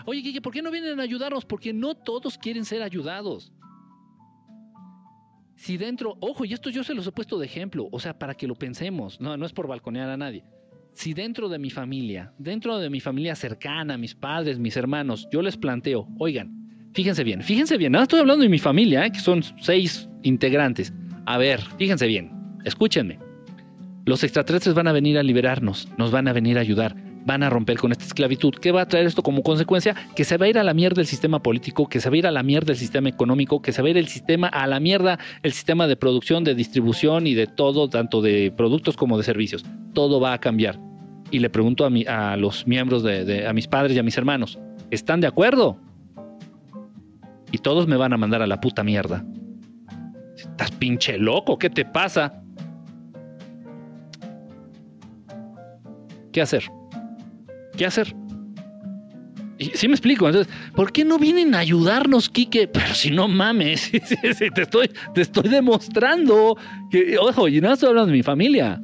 Oye, Quique, ¿por qué no vienen a ayudarnos? Porque no todos quieren ser ayudados. Si dentro, ojo, y esto yo se los he puesto de ejemplo, o sea, para que lo pensemos, no es por balconear a nadie. Si dentro de mi familia cercana, mis padres, mis hermanos, yo les planteo, oigan, fíjense bien, no estoy hablando de mi familia, que son 6 integrantes. A ver, fíjense bien, escúchenme. Los extraterrestres van a venir a liberarnos, nos van a venir a ayudar, van a romper con esta esclavitud. ¿Qué va a traer esto como consecuencia? Que se va a ir a la mierda el sistema político, que se va a ir a la mierda el sistema económico, que se va a ir a la mierda el sistema de producción, de distribución y de todo, tanto de productos como de servicios. Todo va a cambiar. Y le pregunto a los miembros a mis padres y a mis hermanos, ¿están de acuerdo? Y todos me van a mandar a la puta mierda. ¿Estás pinche loco? ¿Qué te pasa? ¿Qué hacer? Y sí me explico. Entonces, ¿por qué no vienen a ayudarnos, Quique? Pero si no mames, te estoy demostrando que, ojo, y no estoy hablando de mi familia.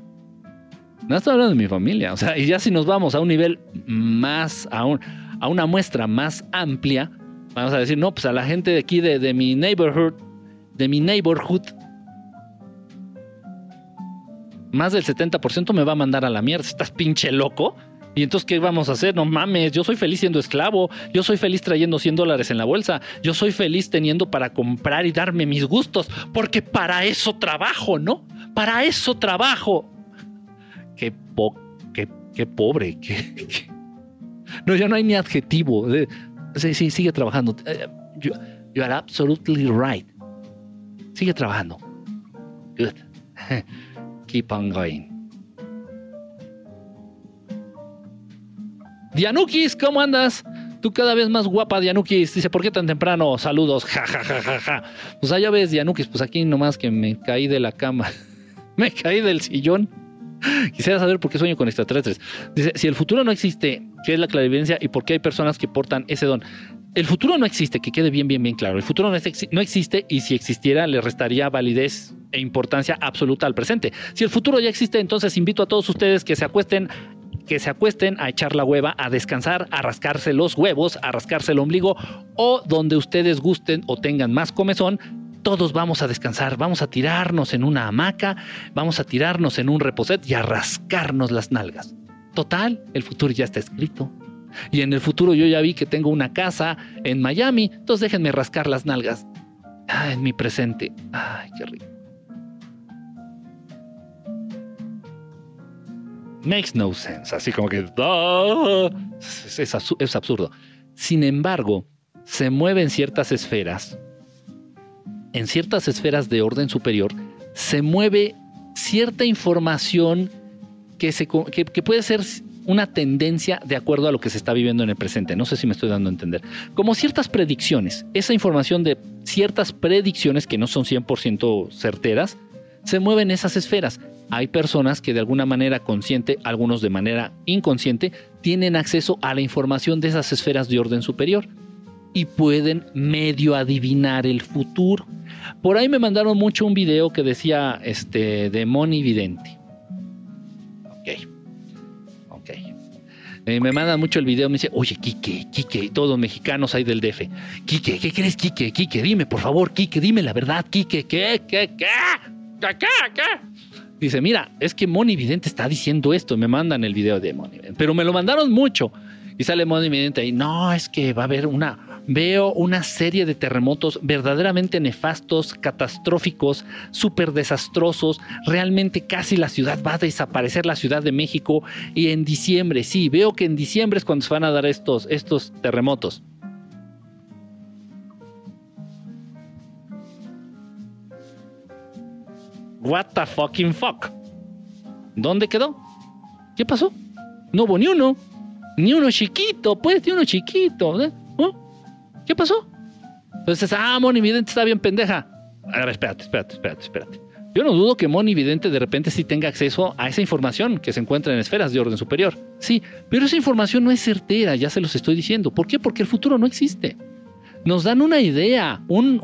O sea, y ya si nos vamos a un nivel más, a una muestra más amplia, vamos a decir, no, pues a la gente de aquí de mi neighborhood, más del 70% me va a mandar a la mierda. ¿Estás pinche loco? ¿Y entonces qué vamos a hacer? No mames, yo soy feliz siendo esclavo, yo soy feliz trayendo $100 en la bolsa, yo soy feliz teniendo para comprar y darme mis gustos, porque para eso trabajo, ¿no? Para eso trabajo. Qué pobre. No, ya no hay ni adjetivo. Sí, sigue trabajando. You are absolutely right. Sigue trabajando. Good. Keep on going. Dianukis, ¿cómo andas? Tú cada vez más guapa, Dianukis. Dice, ¿por qué tan temprano? Saludos. Ja, ja, ja, ja, ja. Pues allá ves, Dianukis, pues aquí nomás que me caí de la cama. Me caí del sillón. Quisiera saber por qué sueño con extraterrestres. Dice, si el futuro no existe, ¿qué es la clarividencia y por qué hay personas que portan ese don? El futuro no existe, que quede bien claro. El futuro no existe y si existiera le restaría validez e importancia absoluta al presente. Si el futuro ya existe, entonces invito a todos ustedes que se acuesten a echar la hueva, a descansar, a rascarse los huevos, a rascarse el ombligo o donde ustedes gusten o tengan más comezón. Todos vamos a descansar, vamos a tirarnos en una hamaca, vamos a tirarnos en un reposet y a rascarnos las nalgas. Total, el futuro ya está escrito. Y en el futuro yo ya vi que tengo una casa en Miami, entonces déjenme rascar las nalgas. En mi presente. Ay, qué rico. Makes no sense. Así como que... Es absurdo. Sin embargo, se mueven ciertas esferas. En ciertas esferas de orden superior, se mueve cierta información que puede ser una tendencia de acuerdo a lo que se está viviendo en el presente. No sé si me estoy dando a entender. Como ciertas predicciones. Esa información de ciertas predicciones que no son 100% certeras, se mueven esas esferas. Hay personas que de alguna manera consciente, algunos de manera inconsciente, tienen acceso a la información de esas esferas de orden superior y pueden medio adivinar el futuro. Por ahí me mandaron mucho un video que decía de Moni Vidente. Ok. Me mandan mucho el video, me dice, oye, Quique, todos mexicanos hay del DF. Quique, ¿qué crees, Quique? Quique, dime, por favor, Quique, dime la verdad, Quique, ¿qué? Dice, mira, es que Moni Vidente está diciendo esto. Me mandan el video de Moni Vidente, pero me lo mandaron mucho. Y sale Moni Vidente ahí, no, es que va a haber veo una serie de terremotos verdaderamente nefastos, catastróficos, súper desastrosos. Realmente casi la ciudad va a desaparecer, la Ciudad de México. Y en diciembre, sí, veo que en diciembre es cuando se van a dar estos terremotos. What the fucking fuck? ¿Dónde quedó? ¿Qué pasó? No hubo ni uno chiquito, pues, ni uno chiquito, ¿eh? ¿Qué pasó? Entonces, Moni Vidente está bien pendeja. A ver, espérate. Yo no dudo que Moni Vidente de repente sí tenga acceso a esa información que se encuentra en esferas de orden superior. Sí, pero esa información no es certera, ya se los estoy diciendo. ¿Por qué? Porque el futuro no existe. Nos dan una idea,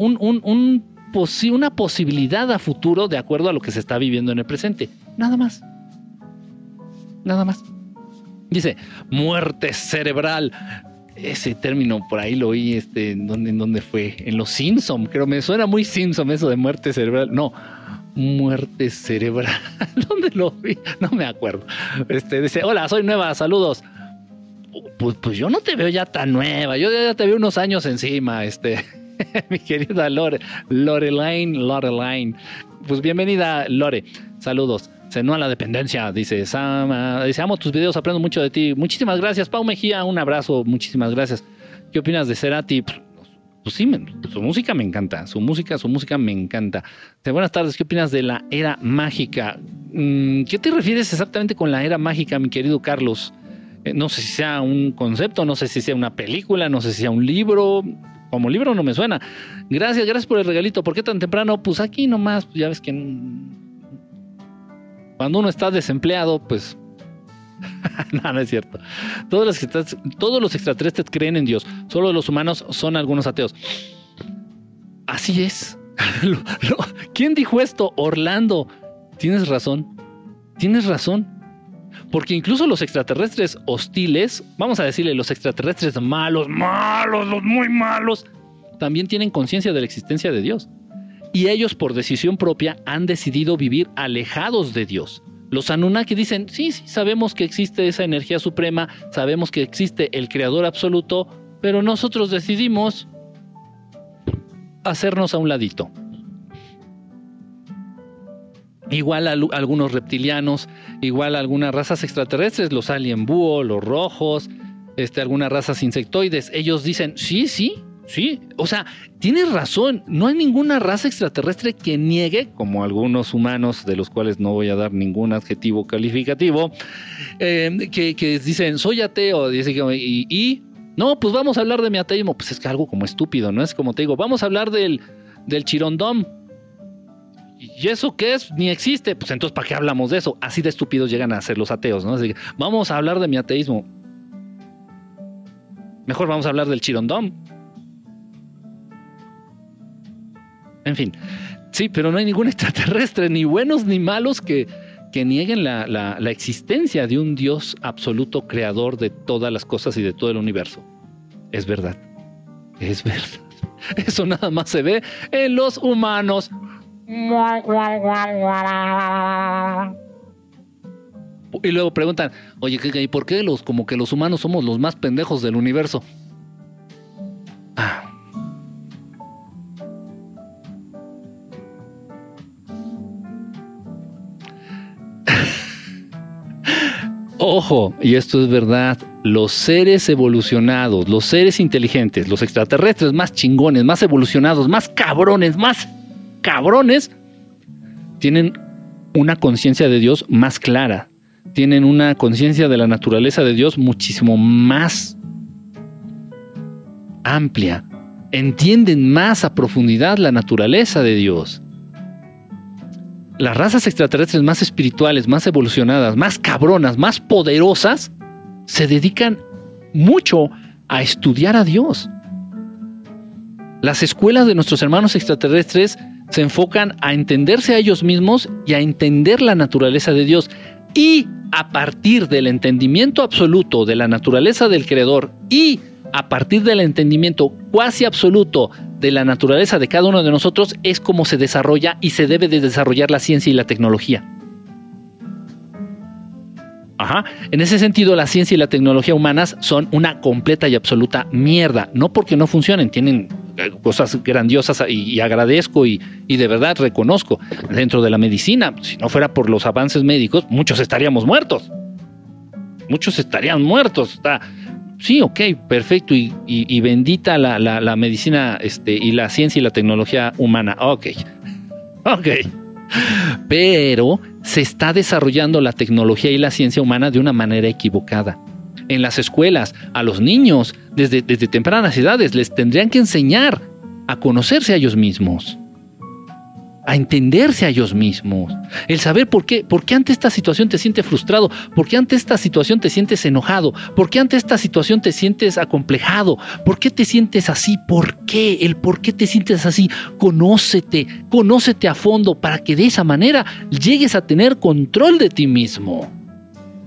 una posibilidad a futuro de acuerdo a lo que se está viviendo en el presente. Nada más. Dice, muerte cerebral. ese término por ahí lo oí, ¿en dónde fue? En Los Simpson, creo, me suena muy Simpson eso de muerte cerebral. No, muerte cerebral. ¿Dónde lo vi? No me acuerdo. Dice, hola, soy nueva, saludos. Pues yo no te veo ya tan nueva, yo ya te veo unos años encima, mi querida Lorelaine. Pues bienvenida, Lore. Saludos. Senúa la dependencia, dice Sama. Dice, amo tus videos, aprendo mucho de ti. Muchísimas gracias, Pau Mejía, un abrazo, muchísimas gracias. ¿Qué opinas de Cerati? Pues sí, su música me encanta, su música me encanta. Buenas tardes, ¿qué opinas de la era mágica? ¿Qué te refieres exactamente con la era mágica, mi querido Carlos? No sé si sea un concepto, no sé si sea una película, no sé si sea un libro. Como libro no me suena. Gracias por el regalito. ¿Por qué tan temprano? Pues aquí nomás, ya ves que cuando uno está desempleado, pues no es cierto. Todos los extraterrestres creen en Dios. Solo los humanos son algunos ateos. Así es. ¿Quién dijo esto? Orlando. Tienes razón. Porque incluso los extraterrestres hostiles, vamos a decirle, los extraterrestres malos, los muy malos, también tienen conciencia de la existencia de Dios. Y ellos, por decisión propia, han decidido vivir alejados de Dios. Los Anunnaki dicen, sí, sabemos que existe esa energía suprema, sabemos que existe el creador absoluto, pero nosotros decidimos hacernos a un ladito. Igual algunos reptilianos, igual algunas razas extraterrestres, los alien búho, los rojos, algunas razas insectoides, ellos dicen, sí, o sea, tienes razón, no hay ninguna raza extraterrestre que niegue, como algunos humanos, de los cuales no voy a dar ningún adjetivo calificativo, que dicen, soy ateo, y no, pues vamos a hablar de mi ateísmo, pues es que algo como estúpido, ¿no? Es como te digo, vamos a hablar del chirondom. ¿Y eso qué es? Ni existe. Pues entonces, ¿para qué hablamos de eso? Así de estúpidos llegan a ser los ateos, ¿no? Así que, vamos a hablar de mi ateísmo. Mejor vamos a hablar del chirondom. En fin. Sí, pero no hay ningún extraterrestre, ni buenos ni malos, que nieguen la existencia de un Dios absoluto creador de todas las cosas y de todo el universo. Es verdad. Eso nada más se ve en los humanos. Y luego preguntan, oye, ¿y por qué como que los humanos somos los más pendejos del universo? Ojo, y esto es verdad, los seres evolucionados, los seres inteligentes, los extraterrestres más chingones, más evolucionados, más cabrones, tienen una conciencia de Dios más clara, tienen una conciencia de la naturaleza de Dios muchísimo más amplia, entienden más a profundidad la naturaleza de Dios. Las razas extraterrestres más espirituales, más evolucionadas, más cabronas, más poderosas, se dedican mucho a estudiar a Dios. Las escuelas de nuestros hermanos extraterrestres se enfocan a entenderse a ellos mismos y a entender la naturaleza de Dios. Y a partir del entendimiento absoluto de la naturaleza del Creador y a partir del entendimiento cuasi absoluto de la naturaleza de cada uno de nosotros, es como se desarrolla y se debe de desarrollar la ciencia y la tecnología. En ese sentido, la ciencia y la tecnología humanas son una completa y absoluta mierda. No porque no funcionen, tienen cosas grandiosas y agradezco y de verdad reconozco. Dentro de la medicina, si no fuera por los avances médicos, muchos estaríamos muertos. Sí, ok, perfecto, y bendita la medicina y la ciencia y la tecnología humana. Ok. Pero se está desarrollando la tecnología y la ciencia humana de una manera equivocada. En las escuelas, a los niños, desde tempranas edades, les tendrían que enseñar a conocerse a ellos mismos, a entenderse a ellos mismos, el saber por qué ante esta situación te sientes frustrado, por qué ante esta situación te sientes enojado, por qué ante esta situación te sientes acomplejado, por qué te sientes así, por qué te sientes así. Conócete a fondo para que de esa manera llegues a tener control de ti mismo,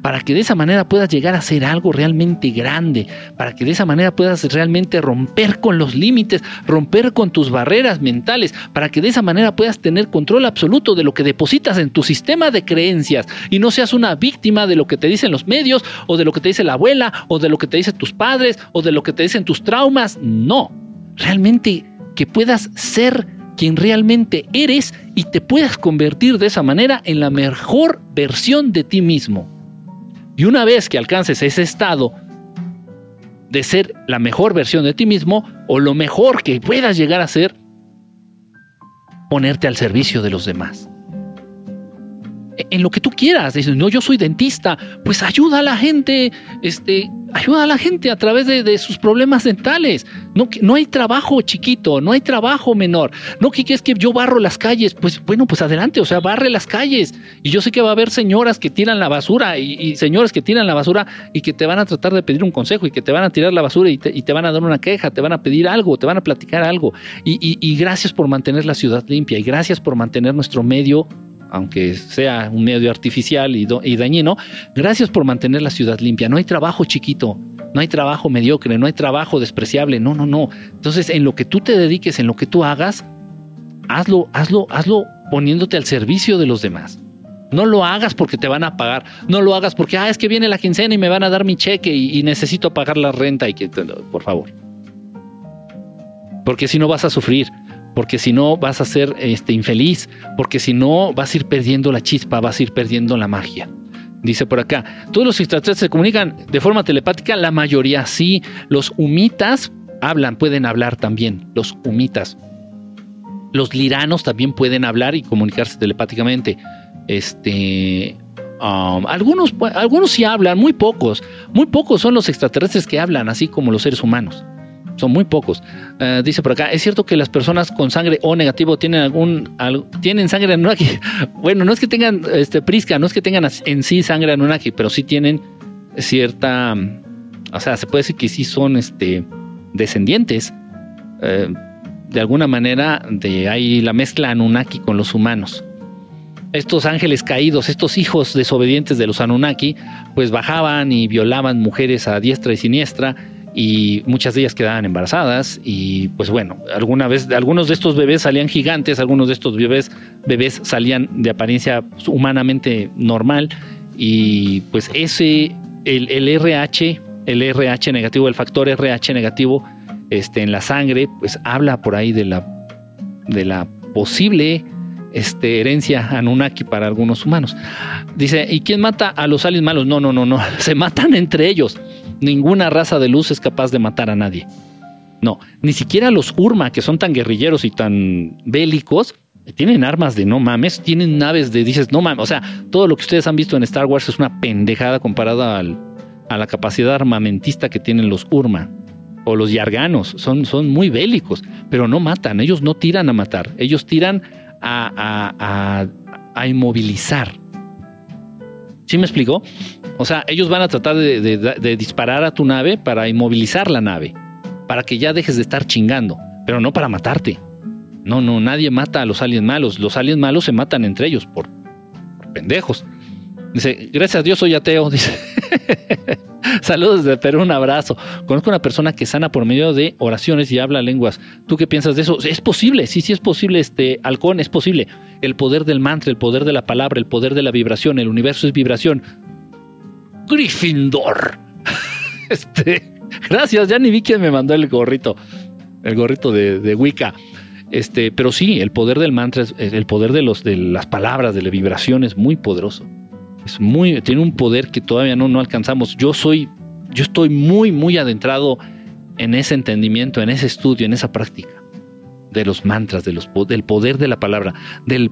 para que de esa manera puedas llegar a ser algo realmente grande, para que de esa manera puedas realmente romper con los límites, romper con tus barreras mentales, para que de esa manera puedas tener control absoluto de lo que depositas en tu sistema de creencias y no seas una víctima de lo que te dicen los medios o de lo que te dice la abuela o de lo que te dicen tus padres o de lo que te dicen tus traumas. No, realmente que puedas ser quien realmente eres y te puedas convertir de esa manera en la mejor versión de ti mismo. Y una vez que alcances ese estado de ser la mejor versión de ti mismo o lo mejor que puedas llegar a ser, ponerte al servicio de los demás. En lo que tú quieras. Dices, no, yo soy dentista, pues ayuda a la gente, ayuda a la gente a través de sus problemas dentales. No hay trabajo chiquito, no hay trabajo menor. No que es que yo barro las calles, pues bueno, pues adelante, o sea, barre las calles. Y yo sé que va a haber señoras que tiran la basura y señores que tiran la basura y que te van a tratar de pedir un consejo y que te van a tirar la basura y te van a dar una queja, te van a pedir algo, te van a platicar algo. Y gracias por mantener la ciudad limpia y gracias por mantener nuestro medio, aunque sea un medio artificial y dañino, gracias por mantener la ciudad limpia. No hay trabajo chiquito, no hay trabajo mediocre, no hay trabajo despreciable, no. Entonces, en lo que tú te dediques, en lo que tú hagas, hazlo poniéndote al servicio de los demás. No lo hagas porque te van a pagar, no lo hagas porque, es que viene la quincena y me van a dar mi cheque y necesito pagar la renta, por favor. Porque si no vas a sufrir. Porque si no vas a ser infeliz, porque si no vas a ir perdiendo la chispa, vas a ir perdiendo la magia. Dice por acá, todos los extraterrestres se comunican de forma telepática, la mayoría sí. Los humitas pueden hablar también, los humitas. Los liranos también pueden hablar y comunicarse telepáticamente. Algunos sí hablan, muy pocos son los extraterrestres que hablan, así como los seres humanos. Son muy pocos. Dice por acá, ¿es cierto que las personas con sangre O negativo tienen sangre Anunnaki? Bueno, no es que tengan prisca, no es que tengan en sí sangre Anunnaki, pero sí tienen cierta, o sea, se puede decir que sí son descendientes de alguna manera de ahí la mezcla Anunnaki con los humanos. Estos ángeles caídos, estos hijos desobedientes de los Anunnaki, pues bajaban y violaban mujeres a diestra y siniestra, y muchas de ellas quedaban embarazadas y pues bueno, algunos de estos bebés salían gigantes, algunos de estos bebés salían de apariencia humanamente normal y pues el RH negativo, el factor RH negativo en la sangre, pues habla por ahí de la posible herencia Anunnaki para algunos humanos. Dice, ¿y quién mata a los aliens malos? No, se matan entre ellos. Ninguna raza de luz es capaz de matar a nadie. No, ni siquiera los Urma, que son tan guerrilleros y tan bélicos, tienen armas de no mames, tienen naves de dices no mames. O sea, todo lo que ustedes han visto en Star Wars es una pendejada comparada a la capacidad armamentista que tienen los Urma o los Yarganos. Son muy bélicos, pero no matan. Ellos no tiran a matar, ellos tiran a inmovilizar. ¿Sí me explicó? O sea, ellos van a tratar de disparar a tu nave para inmovilizar la nave, para que ya dejes de estar chingando, pero no para matarte. No, nadie mata a los aliens malos. Los aliens malos se matan entre ellos por pendejos. Dice, gracias a Dios soy ateo. Dice, saludos desde Perú, un abrazo. Conozco una persona que sana por medio de oraciones y habla lenguas. ¿Tú qué piensas de eso? Es posible, sí es posible, Halcón, es posible. El poder del mantra, el poder de la palabra, el poder de la vibración, el universo es vibración. Gryffindor. Gracias, ya ni vi quién me mandó el gorrito de Wicca. Pero sí, el poder del mantra, el poder de las palabras, de la vibración es muy poderoso. Tiene un poder que todavía no alcanzamos. Yo estoy muy, muy adentrado en ese entendimiento, en ese estudio, en esa práctica de los mantras, del poder de la palabra, del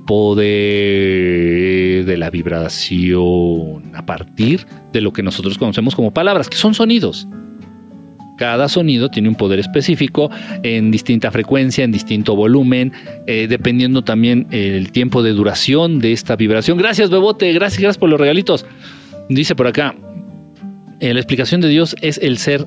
poder de la vibración a partir de lo que nosotros conocemos como palabras, que son sonidos. Cada sonido tiene un poder específico en distinta frecuencia, en distinto volumen, dependiendo también el tiempo de duración de esta vibración. Gracias, Bebote, gracias por los regalitos. Dice por acá, la explicación de Dios es el ser,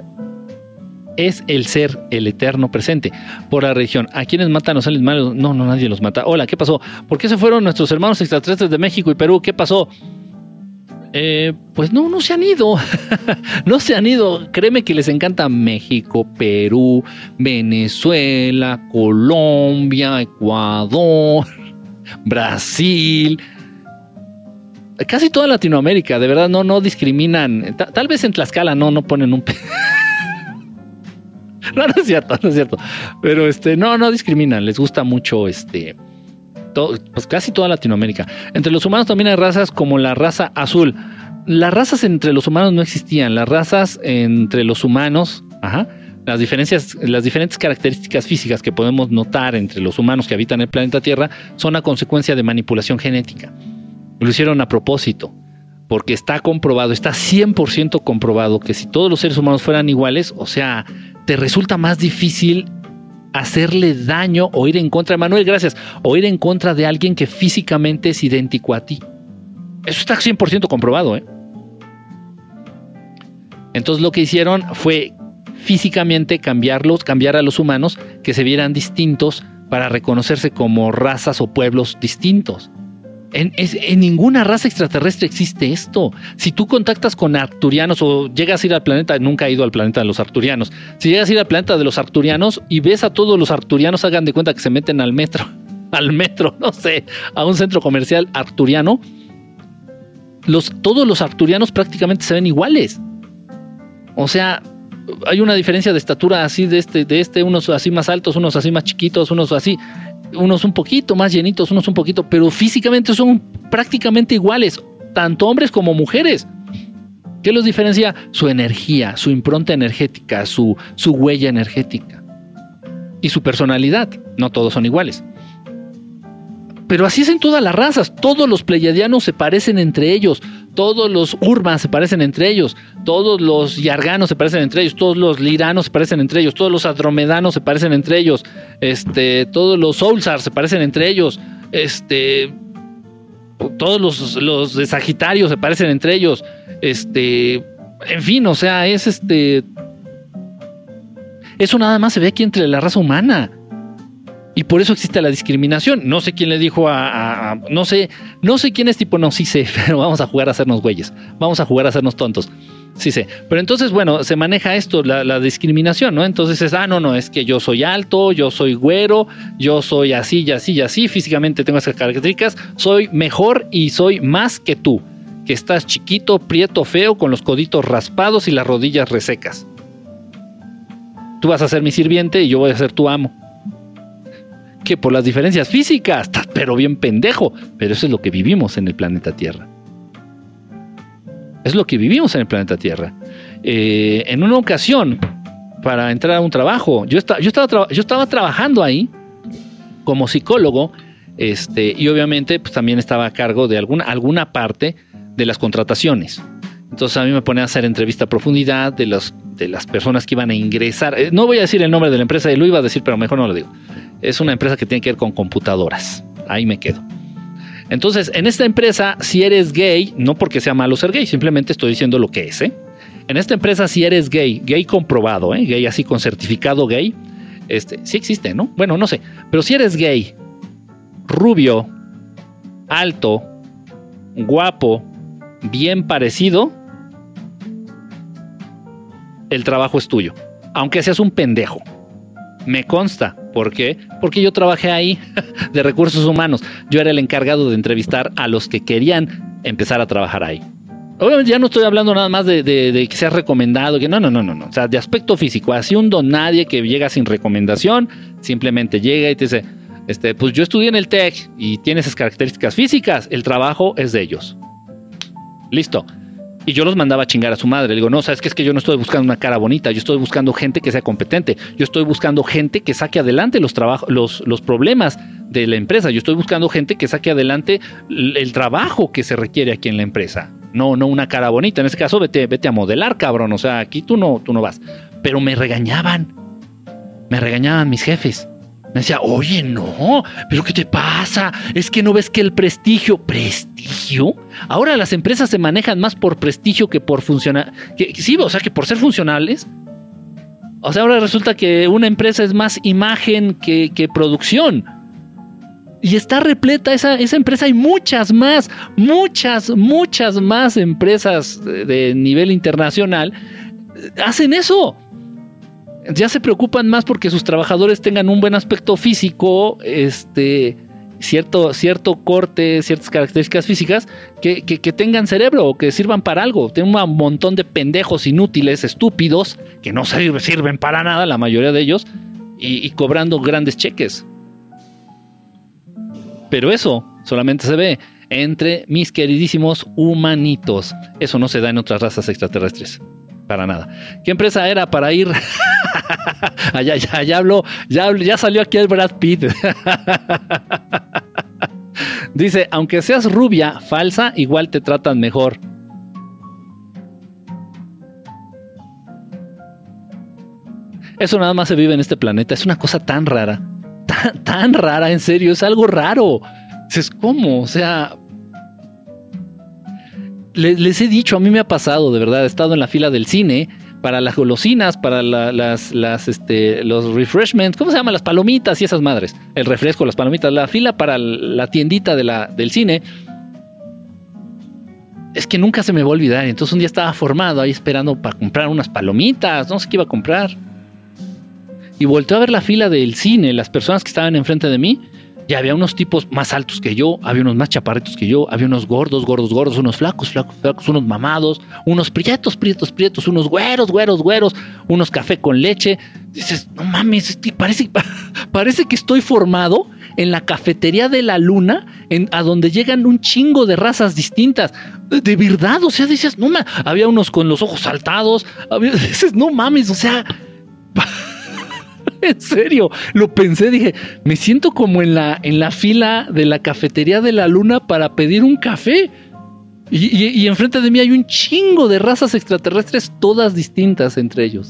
el eterno presente. Por la religión, ¿a quiénes matan los aliens malos? No, nadie los mata. Hola, ¿qué pasó? ¿Por qué se fueron nuestros hermanos extraterrestres de México y Perú? ¿Qué pasó? Pues no se han ido. No se han ido. Créeme que les encanta México, Perú, Venezuela, Colombia, Ecuador, Brasil. Casi toda Latinoamérica, de verdad, no discriminan. Tal vez en Tlaxcala no ponen un... No es cierto. Pero no discriminan. Les gusta mucho pues casi toda Latinoamérica. Entre los humanos también hay razas como la raza azul. Las razas entre los humanos no existían. Las razas entre los humanos, las diferentes características físicas que podemos notar entre los humanos que habitan el planeta Tierra son a consecuencia de manipulación genética. Lo hicieron a propósito, porque está comprobado, está 100% comprobado que si todos los seres humanos fueran iguales, o sea, te resulta más difícil hacerle daño o ir en contra de Manuel, gracias, o ir en contra de alguien que físicamente es idéntico a ti. Eso está 100% comprobado, Entonces lo que hicieron fue físicamente cambiar a los humanos que se vieran distintos para reconocerse como razas o pueblos distintos. En ninguna raza extraterrestre existe esto. Si tú contactas con arcturianos o llegas a ir al planeta, nunca he ido al planeta de los arcturianos. Si llegas a ir al planeta de los arcturianos y ves a todos los arcturianos, hagan de cuenta que se meten al metro, no sé, a un centro comercial arcturiano. Todos los arcturianos prácticamente se ven iguales. O sea, hay una diferencia de estatura así de unos así más altos, unos así más chiquitos, unos así, unos un poquito más llenitos, unos un poquito, pero físicamente son prácticamente iguales, tanto hombres como mujeres. ¿Qué los diferencia? Su energía, su impronta energética, su huella energética y su personalidad. No todos son iguales. Pero así es en todas las razas. Todos los pleiadianos se parecen entre ellos. Todos los Urmans se parecen entre ellos. Todos los Yarganos se parecen entre ellos. Todos los Liranos se parecen entre ellos. Todos los Andromedanos se parecen entre ellos. Todos los Soulsars se parecen entre ellos. Todos los de Sagitario se parecen entre ellos. En fin, o sea, eso nada más se ve aquí entre la raza humana. Y por eso existe la discriminación. No sé quién le dijo no sé quién es tipo, no, sí sé, pero vamos a jugar a hacernos güeyes. Vamos a jugar a hacernos tontos. Sí sé. Pero entonces, bueno, se maneja esto, la discriminación, ¿no? Entonces es, no, es que yo soy alto, yo soy güero, yo soy así, y así, y así, físicamente tengo esas características, soy mejor y soy más que tú, que estás chiquito, prieto, feo, con los coditos raspados y las rodillas resecas. Tú vas a ser mi sirviente y yo voy a ser tu amo. Que por las diferencias físicas, pero bien pendejo, pero eso es lo que vivimos en el planeta Tierra. Es lo que vivimos en el planeta Tierra. En una ocasión, para entrar a un trabajo, yo estaba trabajando ahí como psicólogo, y obviamente pues, también estaba a cargo de alguna parte de las contrataciones. Entonces a mí me ponían a hacer entrevista a profundidad de las personas que iban a ingresar. No voy a decir el nombre de la empresa, lo iba a decir, pero mejor no lo digo. Es una empresa que tiene que ver con computadoras. Ahí me quedo. Entonces, en esta empresa, si eres gay, no porque sea malo ser gay, simplemente estoy diciendo lo que es, En esta empresa, si eres gay comprobado, gay así con certificado gay, sí existe, ¿no? Bueno, no sé. Pero si eres gay, rubio, alto, guapo, bien parecido, el trabajo es tuyo. Aunque seas un pendejo. Me consta. ¿Por qué? Porque yo trabajé ahí de recursos humanos. Yo era el encargado de entrevistar a los que querían empezar a trabajar ahí. Obviamente ya no estoy hablando nada más de que seas recomendado. Que no. O sea, de aspecto físico. Así un don nadie que llega sin recomendación, simplemente llega y te dice, pues yo estudié en el TEC y tiene esas características físicas. El trabajo es de ellos. Listo. Y yo los mandaba a chingar a su madre. Le digo, no, sabes que es que yo no estoy buscando una cara bonita, yo estoy buscando gente que sea competente, yo estoy buscando gente que saque adelante los problemas de la empresa, yo estoy buscando gente que saque adelante el trabajo que se requiere aquí en la empresa. No una cara bonita. En ese caso, vete a modelar, cabrón. O sea, aquí tú no vas. Pero me regañaban mis jefes. Me decía, oye, no, pero ¿qué te pasa? Es que no ves que el prestigio. ¿Prestigio? Ahora las empresas se manejan más por prestigio que por funcionar. Sí, o sea, que por ser funcionales. O sea, ahora resulta que una empresa es más imagen que producción. Y está repleta esa empresa. Hay muchas más empresas de nivel internacional hacen eso. Ya se preocupan más porque sus trabajadores tengan un buen aspecto físico, cierto corte, ciertas características físicas, que tengan cerebro o que sirvan para algo. Tienen un montón de pendejos inútiles, estúpidos, que no sirven para nada, la mayoría de ellos, y cobrando grandes cheques. Pero eso solamente se ve entre mis queridísimos humanitos. Eso no se da en otras razas extraterrestres. Para nada. ¿Qué empresa era para ir? ya habló, ya salió aquí el Brad Pitt. Dice, aunque seas rubia, falsa, igual te tratan mejor. Eso nada más se vive en este planeta. Es una cosa tan rara. Tan rara, en serio, es algo raro. Es como, o sea, les he dicho, a mí me ha pasado, de verdad, he estado en la fila del cine para las golosinas, para los refreshments, ¿cómo se llaman? Las palomitas y esas madres, el refresco, las palomitas, la fila para la tiendita del cine. Es que nunca se me va a olvidar. Entonces un día estaba formado ahí esperando para comprar unas palomitas, no sé qué iba a comprar. Y volteé a ver la fila del cine, las personas que estaban enfrente de mí. Ya había unos tipos más altos que yo, había unos más chaparritos que yo, había unos gordos, unos flacos, unos mamados, unos prietos, unos güeros, unos café con leche. Dices, no mames, parece que estoy formado en la cafetería de la luna, a donde llegan un chingo de razas distintas. De verdad, o sea, dices, no mames, había unos con los ojos saltados, dices, no mames, o sea... En serio, lo pensé, dije, me siento como en la fila de la cafetería de la luna para pedir un café. Y enfrente de mí hay un chingo de razas extraterrestres, todas distintas entre ellos.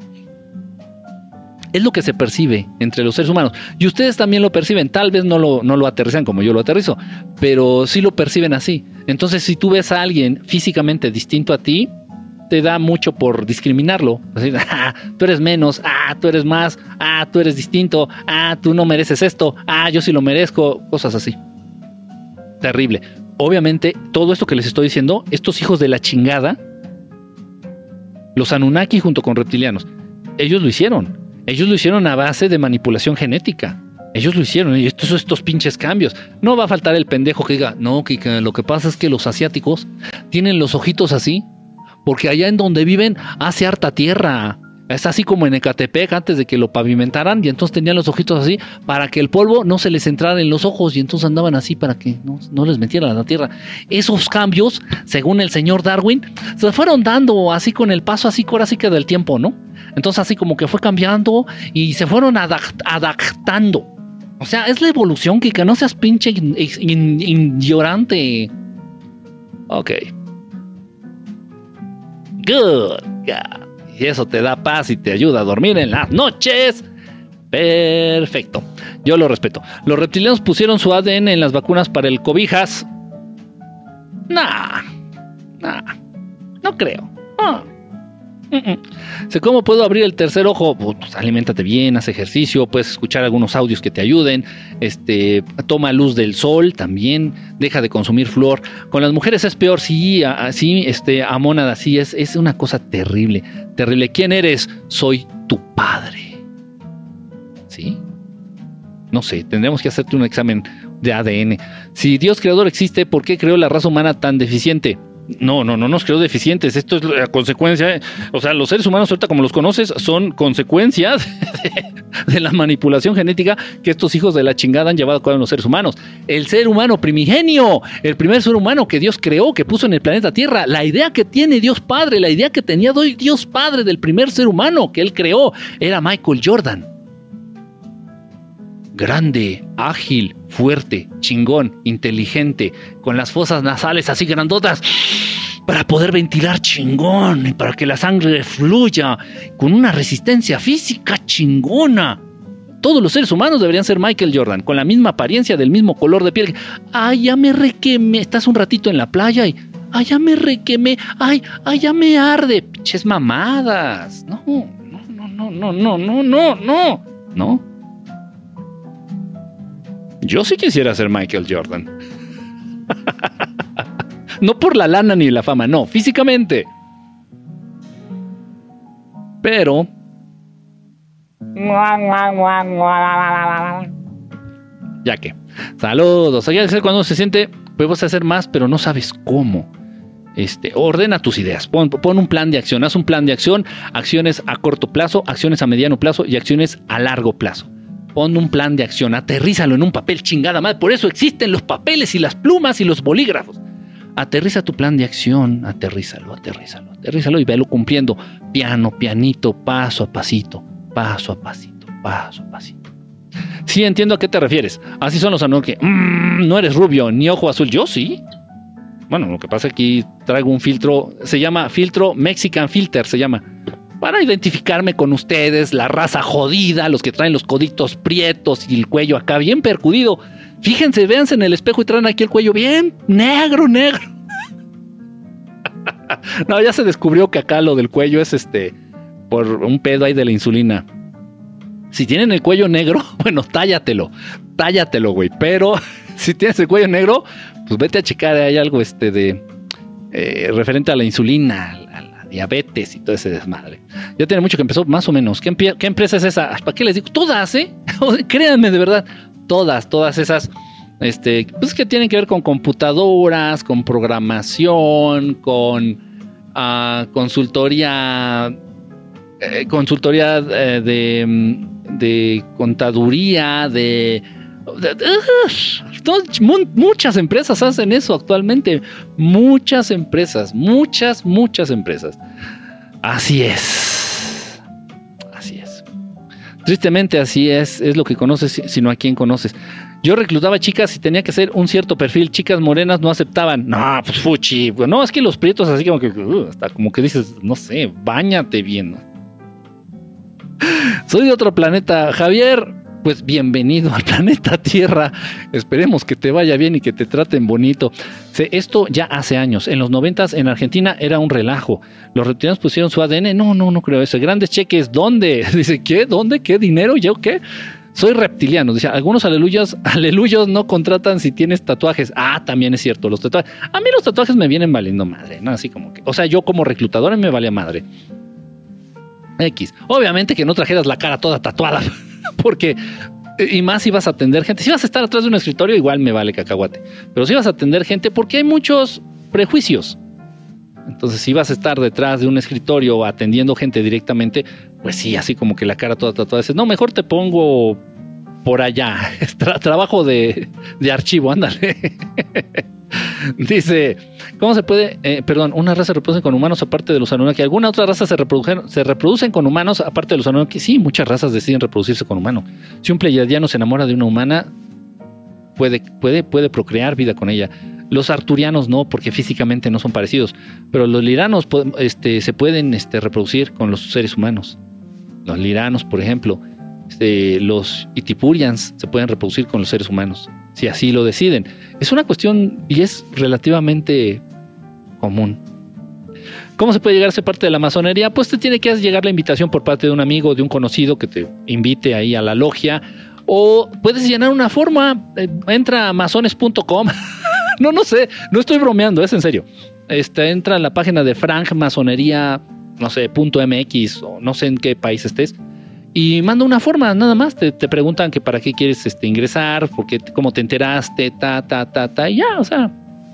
Es lo que se percibe entre los seres humanos. Y ustedes también lo perciben. Tal vez no lo aterrizan como yo lo aterrizo, pero sí lo perciben así. Entonces, si tú ves a alguien físicamente distinto a ti, te da mucho por discriminarlo. Así, tú eres menos, tú eres más, tú eres distinto, tú no mereces esto, yo sí lo merezco, cosas así. Terrible. Obviamente, todo esto que les estoy diciendo, estos hijos de la chingada, los Anunnaki junto con reptilianos, ellos lo hicieron a base de manipulación genética. Ellos lo hicieron, y estos pinches cambios. No va a faltar el pendejo que diga, no, que lo que pasa es que los asiáticos tienen los ojitos así, porque allá en donde viven hace harta tierra. Es así como en Ecatepec antes de que lo pavimentaran, y entonces tenían los ojitos así para que el polvo no se les entrara en los ojos, y entonces andaban así para que no les metiera la tierra. Esos cambios, según el señor Darwin, se fueron dando así con el paso así que del tiempo, ¿no? Entonces así como que fue cambiando y se fueron adaptando. O sea, es la evolución, que no seas pinche ignorante. Ok. Good. Y eso te da paz y te ayuda a dormir en las noches. Perfecto. Yo lo respeto. ¿Los reptilianos pusieron su ADN en las vacunas para el cobijas? Nah. No creo. ¿Cómo puedo abrir el tercer ojo? Pues aliméntate bien, haz ejercicio, puedes escuchar algunos audios que te ayuden, toma luz del sol también, deja de consumir flúor. Con las mujeres es peor, sí, Amónada, sí, es una cosa terrible. ¿Quién eres? Soy tu padre. ¿Sí? No sé, tendremos que hacerte un examen de ADN. Si Dios creador existe, ¿por qué creó la raza humana tan deficiente? No nos creó deficientes, esto es la consecuencia, o sea, los seres humanos ahorita como los conoces son consecuencias de la manipulación genética que estos hijos de la chingada han llevado a cabo en los seres humanos. El ser humano primigenio, el primer ser humano que Dios creó, que puso en el planeta Tierra, la idea que tiene Dios Padre, la idea que tenía Dios Padre del primer ser humano que él creó, era Michael Jordan. Grande, ágil, fuerte, chingón, inteligente, con las fosas nasales así grandotas para poder ventilar chingón y para que la sangre fluya, con una resistencia física chingona. Todos los seres humanos deberían ser Michael Jordan, con la misma apariencia, del mismo color de piel. Ya me requemé, estás un ratito en la playa y ya me requemé, ya me arde. Pinches mamadas. No. Yo sí quisiera ser Michael Jordan. No por la lana ni la fama, no, físicamente. Pero... ya que... saludos. Hay que hacer cuando se siente... puedes hacer más, pero no sabes cómo. Ordena tus ideas. Pon un plan de acción. Haz un plan de acción. Acciones a corto plazo, acciones a mediano plazo y acciones a largo plazo. Pon un plan de acción. Aterrízalo en un papel, chingada madre. Por eso existen los papeles y las plumas y los bolígrafos. Aterriza tu plan de acción. Aterrízalo y velo cumpliendo. Pianito, paso a pasito. Sí, entiendo a qué te refieres. Así son los anuncios que no eres rubio ni ojo azul. Yo sí. Bueno, lo que pasa es que aquí traigo un filtro, se llama filtro Mexican Filter, se llama, para identificarme con ustedes, la raza jodida, los que traen los coditos prietos y el cuello acá bien percudido. Fíjense, véanse en el espejo y traen aquí el cuello bien negro. No, ya se descubrió que acá lo del cuello es por un pedo ahí de la insulina. Si tienen el cuello negro, bueno, tállatelo, güey. Pero si tienes el cuello negro, pues vete a checar, hay algo referente a la insulina, a la diabetes y todo ese desmadre. Ya tiene mucho que empezó, más o menos. ¿Qué empresa es esa? ¿Para qué les digo? Todas, créanme, de verdad, todas esas, pues que tienen que ver con computadoras, con programación, con consultoría de contaduría, muchas empresas hacen eso actualmente. Muchas empresas. Así es. Tristemente así es lo que conoces, sino a quién conoces. Yo reclutaba chicas y tenía que ser un cierto perfil. Chicas morenas no aceptaban. No, pues fuchi. No, es que los prietos así como que hasta como que dices, no sé, báñate bien, ¿no? Soy de otro planeta, Javier. Pues bienvenido al planeta Tierra. Esperemos que te vaya bien y que te traten bonito. Esto ya hace años. En los 90s en Argentina era un relajo. Los reptilianos pusieron su ADN. No creo eso. Grandes cheques, ¿dónde? Dice, ¿qué? ¿Dónde? ¿Qué? ¿Dinero? ¿Yo qué? Soy reptiliano. Dice, algunos aleluyos no contratan si tienes tatuajes. También es cierto, los tatuajes. A mí los tatuajes me vienen valiendo madre, ¿no? Así como que, o sea, yo como reclutadora me valía madre. Obviamente que no trajeras la cara toda tatuada, porque, y más si vas a atender gente, si vas a estar atrás de un escritorio, igual me vale cacahuate, pero si vas a atender gente, porque hay muchos prejuicios. Entonces, si vas a estar detrás de un escritorio atendiendo gente directamente, pues sí, así como que la cara toda tatuada, dices, no, mejor te pongo por allá, trabajo de archivo, ándale. Dice, ¿cómo se puede? ¿Una raza se reproduce con humanos aparte de los Anunnaki? ¿Alguna otra raza se reproducen con humanos aparte de los Anunnaki? Sí, muchas razas deciden reproducirse con humanos. Si un pleiadiano se enamora de una humana, puede procrear vida con ella. Los arturianos no, porque físicamente no son parecidos. Pero los liranos se pueden reproducir con los seres humanos. Los liranos, por ejemplo, los itipurians se pueden reproducir con los seres humanos, si así lo deciden. Es una cuestión y es relativamente común. ¿Cómo se puede llegar a ser parte de la masonería? Pues te tiene que llegar la invitación por parte de un amigo, de un conocido que te invite ahí a la logia, o puedes llenar una forma, entra a masones.com. No sé, no estoy bromeando, es en serio. Entra a la página de Frank Masonería, no sé, .mx, o no sé en qué país estés, y manda una forma, nada más. Te preguntan que para qué quieres ingresar, porque, cómo te enteraste, y ya, o sea.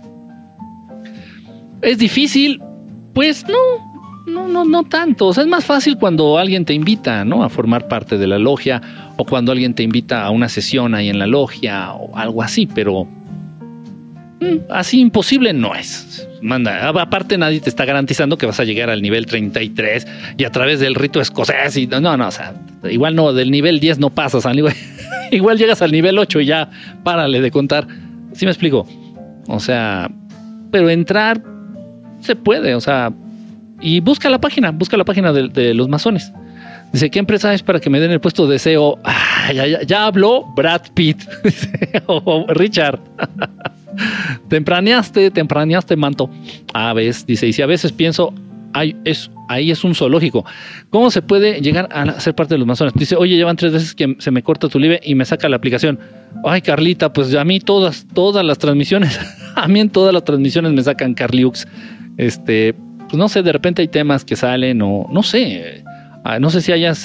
¿Es difícil? Pues no tanto. O sea, es más fácil cuando alguien te invita, ¿no?, a formar parte de la logia, o cuando alguien te invita a una sesión ahí en la logia, o algo así, pero así imposible no es. Aparte, nadie te está garantizando que vas a llegar al nivel 33 y a través del rito escocés y no, o sea, igual no, del nivel 10 no pasas, igual llegas al nivel 8 y ya párale de contar. ¿Sí me explico? O sea, pero entrar se puede, o sea, y busca la página de los masones. Dice, ¿qué empresa es para que me den el puesto de CEO? Ya habló Brad Pitt o Richard. Tempraneaste, manto. Ves, dice, y si a veces pienso, Ahí es un zoológico. ¿Cómo se puede llegar a ser parte de los masones? Dice, oye, llevan 3 veces que se me corta tu live y me saca la aplicación. Ay, Carlita, pues a mí todas las transmisiones, a mí en todas las transmisiones me sacan Carliux. Pues no sé, de repente hay temas que salen o no sé. No sé si haya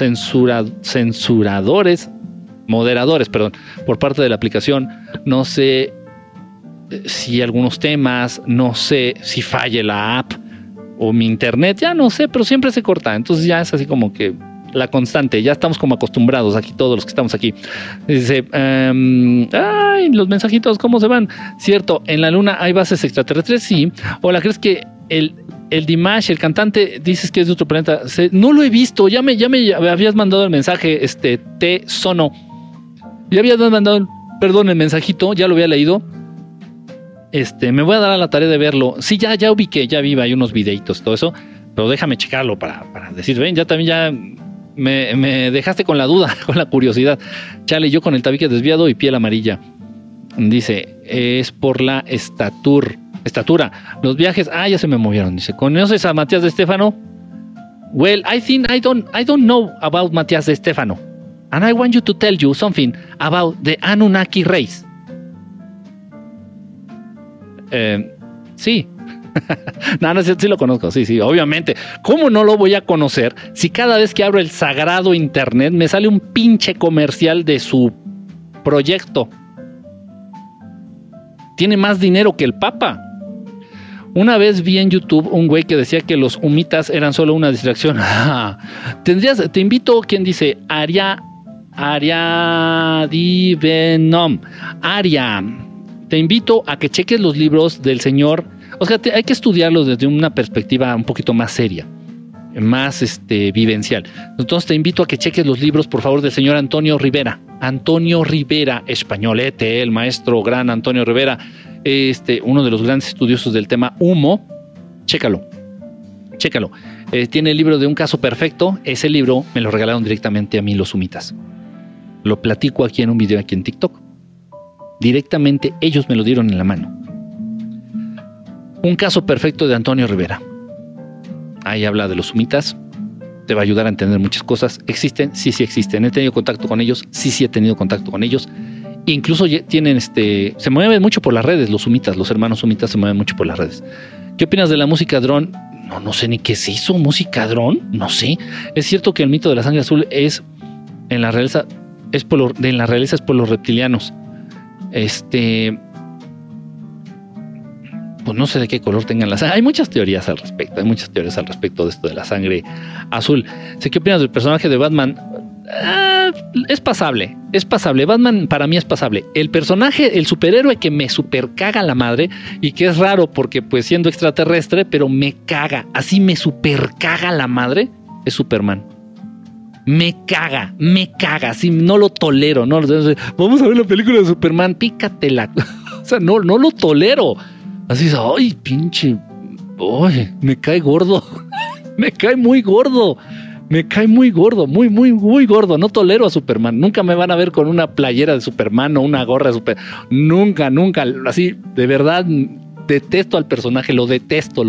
moderadores, perdón, por parte de la aplicación. No sé si algunos temas, no sé si falle la app o mi internet, ya no sé, pero siempre se corta. Entonces ya es así como que la constante, ya estamos como acostumbrados aquí, todos los que estamos aquí. Dice, ay, los mensajitos, ¿cómo se van? Cierto, en la luna hay bases extraterrestres, sí. Hola, ¿crees que el Dimash, el cantante, dices que es de otro planeta? No lo he visto, ya me habías mandado el mensaje, T Sono. Ya habías mandado, el mensajito, ya lo había leído. Me voy a dar a la tarea de verlo. Sí, ya ubiqué, ya vi, hay unos videitos, todo eso, pero déjame checarlo para decir, ven, ya me dejaste con la duda, con la curiosidad. Chale, yo con el tabique desviado y piel amarilla. Dice, es por la estatura. Los viajes, ya se me movieron. Dice, ¿conoces a Matías de Stefano? Well, I think I don't know about Matías de Stefano. And I want you to tell you something about the Anunnaki race. Sí. No, sí lo conozco, sí, obviamente. ¿Cómo no lo voy a conocer si cada vez que abro el sagrado internet me sale un pinche comercial de su proyecto? Tiene más dinero que el Papa. Una vez vi en YouTube un güey que decía que los humitas eran solo una distracción. Te invito, ¿quién dice? Ariadivenom. Aria. Te invito a que cheques los libros del señor. O sea, hay que estudiarlos desde una perspectiva un poquito más seria, más vivencial. Entonces te invito a que cheques los libros, por favor, del señor Antonio Rivera. Antonio Rivera, españolete, el maestro gran Antonio Rivera, uno de los grandes estudiosos del tema humo. Chécalo. Tiene el libro de Un Caso Perfecto. Ese libro me lo regalaron directamente a mí los humitas. Lo platico aquí en un video aquí en TikTok. Directamente ellos me lo dieron en la mano. Un Caso Perfecto de Antonio Rivera. Ahí habla de los humitas. Te va a ayudar a entender muchas cosas. ¿Existen? Sí existen. ¿He tenido contacto con ellos? Sí he tenido contacto con ellos. Incluso tienen se mueven mucho por las redes, los humitas, los hermanos humitas se mueven mucho por las redes. ¿Qué opinas de la música dron? No sé ni qué es eso, música dron, no sé. Es cierto que el mito de la sangre azul es la realeza es por los reptilianos. Pues no sé de qué color tengan la sangre. Hay muchas teorías al respecto de esto de la sangre azul. ¿Qué opinas del personaje de Batman? Es pasable. Batman para mí es pasable. El personaje, el superhéroe que me super caga la madre y que es raro porque pues siendo extraterrestre, pero me caga, así me super caga la madre, es Superman. Me caga, así no lo tolero. No, vamos a ver la película de Superman, pícatela. O sea, no lo tolero. Así es, ay, pinche, oye, me cae gordo. Me cae muy gordo, muy gordo. No tolero a Superman. Nunca me van a ver con una playera de Superman o una gorra de Superman. Nunca. Así, de verdad, detesto al personaje. Lo detesto.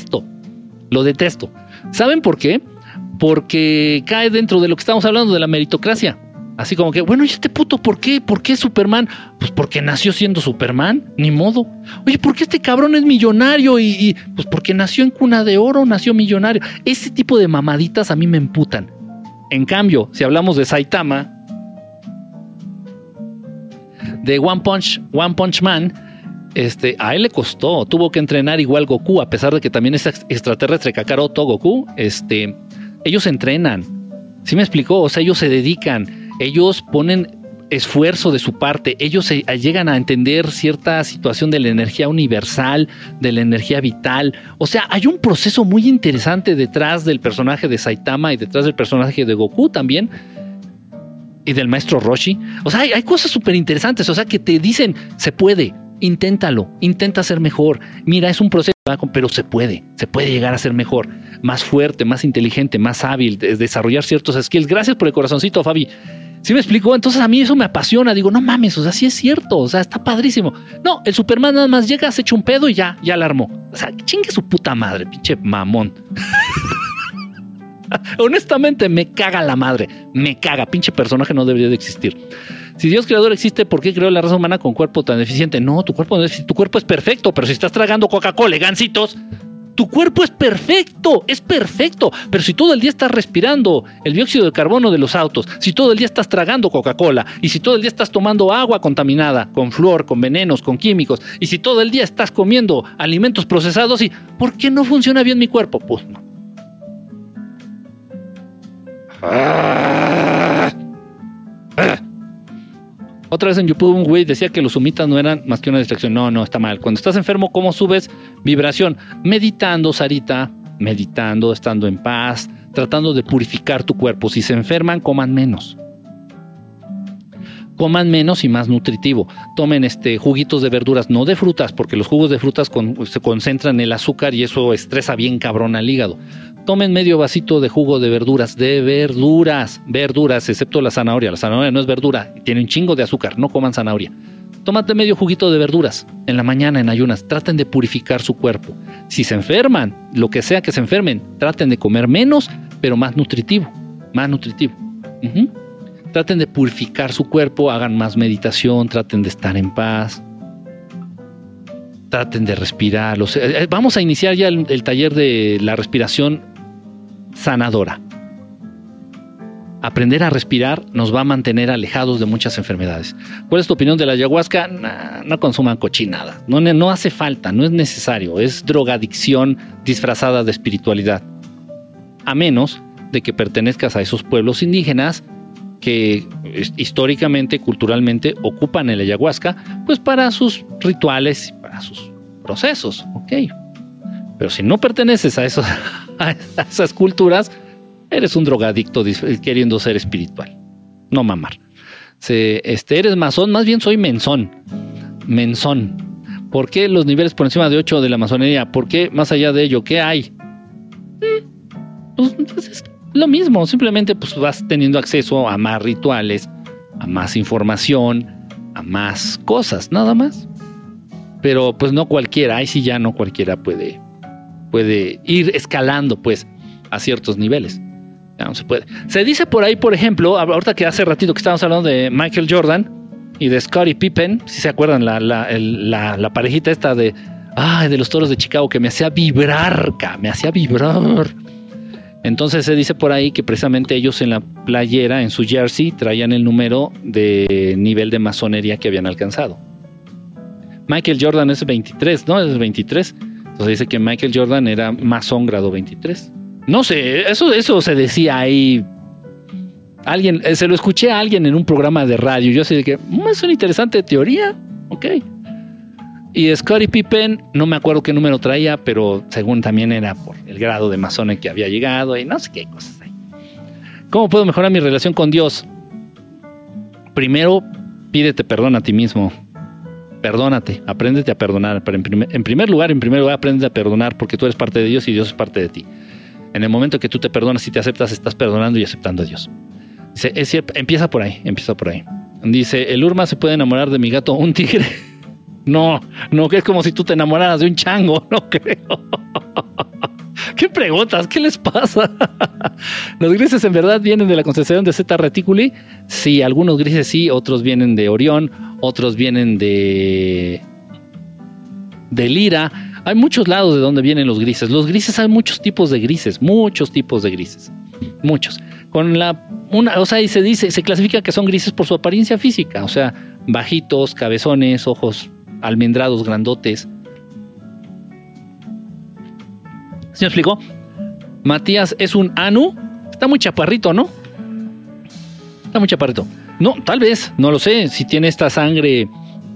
¿Saben por qué? Porque cae dentro de lo que estamos hablando de la meritocracia. Así como que, bueno, ¿y este puto por qué? ¿Por qué Superman? Pues porque nació siendo Superman, ni modo. Oye, ¿por qué este cabrón es millonario? Y pues porque nació en cuna de oro, nació millonario. Ese tipo de mamaditas a mí me emputan. En cambio, si hablamos de Saitama, de One Punch Man, a él le costó, tuvo que entrenar igual Goku, a pesar de que también es extraterrestre, Kakaroto, Goku, ellos entrenan. ¿Sí me explicó? O sea, ellos se dedican. Ellos ponen esfuerzo de su parte, ellos llegan a entender cierta situación de la energía universal, de la energía vital. O sea, hay un proceso muy interesante detrás del personaje de Saitama y detrás del personaje de Goku también, y del maestro Roshi. O sea, hay cosas súper interesantes, o sea, que te dicen, se puede, inténtalo, intenta ser mejor. Mira, es un proceso, pero se puede llegar a ser mejor, más fuerte, más inteligente, más hábil, desarrollar ciertos skills. Gracias por el corazoncito, Fabi. ¿Sí me explico? Entonces a mí eso me apasiona. Digo, no mames, o sea, sí es cierto. O sea, está padrísimo. No, el Superman nada más llega, se echa un pedo y ya la armó. O sea, chingue su puta madre, pinche mamón. Honestamente, me caga la madre. Me caga. Pinche personaje no debería de existir. Si Dios creador existe, ¿por qué creó la raza humana con cuerpo tan deficiente? No, tu cuerpo es perfecto, pero si estás tragando Coca-Cola, gancitos, tu cuerpo es perfecto. Pero si todo el día estás respirando el dióxido de carbono de los autos, si todo el día estás tragando Coca-Cola, y si todo el día estás tomando agua contaminada, con flúor, con venenos, con químicos, y si todo el día estás comiendo alimentos procesados, ¿por qué no funciona bien mi cuerpo? Pues no. Otra vez en YouTube un güey decía que los sumitas no eran más que una distracción. No, está mal. Cuando estás enfermo, ¿cómo subes vibración? Meditando, Sarita, meditando, estando en paz, tratando de purificar tu cuerpo. Si se enferman, coman menos. Coman menos y más nutritivo. Tomen juguitos de verduras, no de frutas, porque los jugos de frutas se concentran el azúcar y eso estresa bien cabrón al hígado. Tomen medio vasito de jugo de verduras, excepto la zanahoria. La zanahoria no es verdura, tiene un chingo de azúcar, no coman zanahoria. Tómate medio juguito de verduras en la mañana en ayunas, traten de purificar su cuerpo. Si se enferman, lo que sea que se enfermen, traten de comer menos, pero más nutritivo. Traten de purificar su cuerpo, hagan más meditación, traten de estar en paz. Traten de respirar. Vamos a iniciar ya el taller de la respiración sanadora. Aprender a respirar nos va a mantener alejados de muchas enfermedades. ¿Cuál es tu opinión de la ayahuasca? No consuman cochinada. No hace falta, no es necesario. Es drogadicción disfrazada de espiritualidad. A menos de que pertenezcas a esos pueblos indígenas que históricamente, culturalmente ocupan el ayahuasca pues para sus rituales y para sus procesos, ok. Pero si no perteneces a esas culturas, eres un drogadicto queriendo ser espiritual, no mamar. Eres masón, más bien soy menzón. ¿Por qué los niveles por encima de 8 de la masonería? ¿Por qué más allá de ello? ¿Qué hay? Pues es lo mismo, simplemente pues vas teniendo acceso a más rituales, a más información, a más cosas, nada más. Pero pues no cualquiera, ahí sí ya no cualquiera puede ir escalando pues a ciertos niveles. Ya no se puede. Se dice por ahí, por ejemplo, ahorita que hace ratito que estábamos hablando de Michael Jordan y de Scottie Pippen, si se acuerdan la parejita esta de los Toros de Chicago que me hacía vibrar. Entonces se dice por ahí que precisamente ellos en la playera, en su jersey, traían el número de nivel de masonería que habían alcanzado. Michael Jordan es 23, ¿no? Es 23. Entonces dice que Michael Jordan era masón grado 23. No sé, eso se decía ahí. Se lo escuché a alguien en un programa de radio. Yo así de que es una interesante teoría. Ok. Y Scottie Pippen, no me acuerdo qué número traía, pero según también era por el grado de masón en que había llegado y no sé qué cosas hay. ¿Cómo puedo mejorar mi relación con Dios? Primero, pídete perdón a ti mismo. Perdónate, apréndete a perdonar. Pero en primer lugar, apréndete a perdonar porque tú eres parte de Dios y Dios es parte de ti. En el momento que tú te perdonas y te aceptas, estás perdonando y aceptando a Dios. Dice, es cierto, empieza por ahí. Dice, ¿el Urma se puede enamorar de mi gato, un tigre? No, que es como si tú te enamoraras de un chango, no creo. ¿Qué preguntas? ¿Qué les pasa? ¿Los grises en verdad vienen de la constelación de Zeta Reticuli? Sí, algunos grises sí, otros vienen de Orión, otros vienen de Lira. Hay muchos lados de donde vienen los grises. Los grises, hay muchos tipos de grises. Muchos. Y se clasifica que son grises por su apariencia física, o sea, bajitos, cabezones, ojos almendrados, grandotes. ¿Se me explicó? Matías es un Anu. Está muy chaparrito, ¿no? No, tal vez, no lo sé. Si tiene esta sangre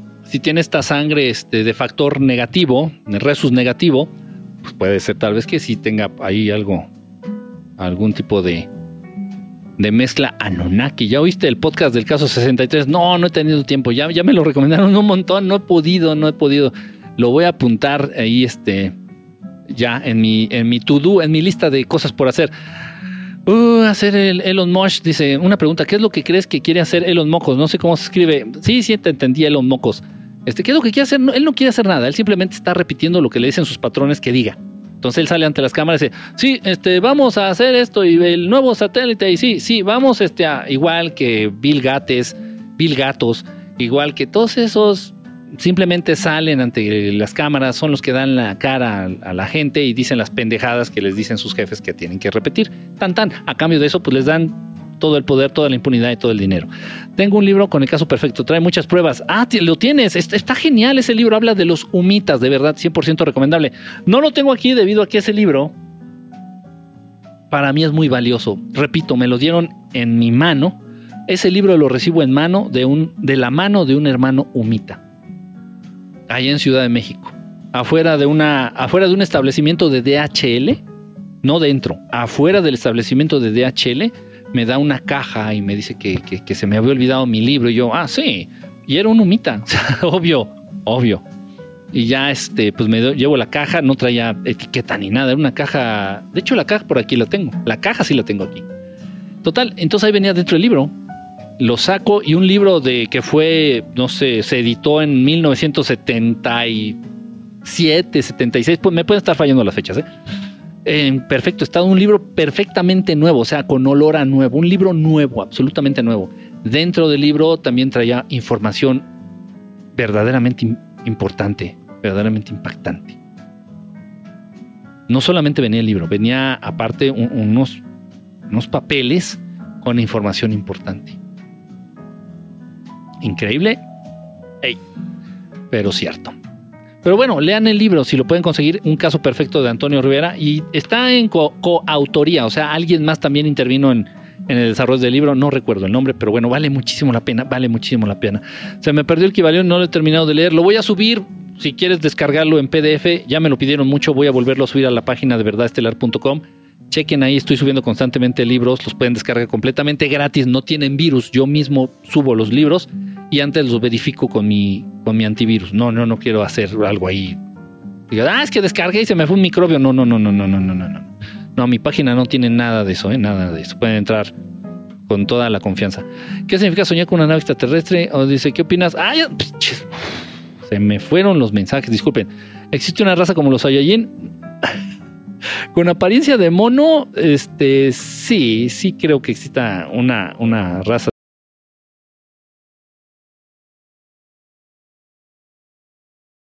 de factor negativo, de resus negativo, pues puede ser tal vez que sí tenga ahí algún tipo de mezcla Anunnaki. ¿Ya oíste el podcast del caso 63? No he tenido tiempo. Ya me lo recomendaron un montón. No he podido. Lo voy a apuntar ahí ya en mi to-do, en mi lista de cosas por hacer. Hacer el Elon Musk, dice, una pregunta, ¿qué es lo que crees que quiere hacer Elon Mocos? No sé cómo se escribe. Sí, te entendí, Elon Mocos. ¿Qué es lo que quiere hacer? No, él no quiere hacer nada, él simplemente está repitiendo lo que le dicen sus patrones que diga. Entonces él sale ante las cámaras y dice, sí, vamos a hacer esto y el nuevo satélite y sí, vamos igual que Bill Gates, igual que todos esos simplemente salen ante las cámaras, son los que dan la cara a la gente y dicen las pendejadas que les dicen sus jefes que tienen que repetir. A cambio de eso pues les dan todo el poder, toda la impunidad y todo el dinero. Tengo un libro con el caso perfecto, trae muchas pruebas. Lo tienes, está genial ese libro, habla de los humitas, de verdad, 100% recomendable. No lo tengo aquí debido a que ese libro para mí es muy valioso. Repito, me lo dieron en mi mano. Ese libro lo recibo en mano de la mano de un hermano humita, allá en Ciudad de México, afuera de un establecimiento de DHL, no dentro, afuera del establecimiento de DHL. Me da una caja y me dice que se me había olvidado mi libro. Y yo, sí. Y era un humita. obvio. Y ya pues llevo la caja, no traía etiqueta ni nada. Era una caja. De hecho, la caja por aquí la tengo. La caja sí la tengo aquí. Total, entonces ahí venía dentro el libro. Lo saco y un libro que fue, no sé, se editó en 1977, 76. Pues me pueden estar fallando las fechas, en perfecto estado, un libro perfectamente nuevo, o sea, con olor a nuevo, un libro nuevo, absolutamente nuevo. Dentro del libro también traía información verdaderamente importante, verdaderamente impactante. No solamente venía el libro, venía aparte unos papeles con información importante. Increíble, pero cierto. Pero bueno, lean el libro si lo pueden conseguir, Un caso perfecto de Antonio Rivera, y está en coautoría, o sea, alguien más también intervino en el desarrollo del libro, no recuerdo el nombre, pero bueno, vale muchísimo la pena. Se me perdió el Kybalión, no lo he terminado de leer, lo voy a subir, si quieres descargarlo en PDF, ya me lo pidieron mucho, voy a volverlo a subir a la página de verdadestelar.com. Chequen ahí, estoy subiendo constantemente libros, los pueden descargar completamente gratis, no tienen virus, yo mismo subo los libros y antes los verifico con mi antivirus. No quiero hacer algo ahí. Diga, es que descargué y se me fue un microbio. No. No, mi página no tiene nada de eso, nada de eso. Pueden entrar con toda la confianza. ¿Qué significa soñar con una nave extraterrestre? O dice, ¿qué opinas? Se me fueron los mensajes, disculpen. ¿Existe una raza como los Saiyajin? Con apariencia de mono, sí creo que exista una raza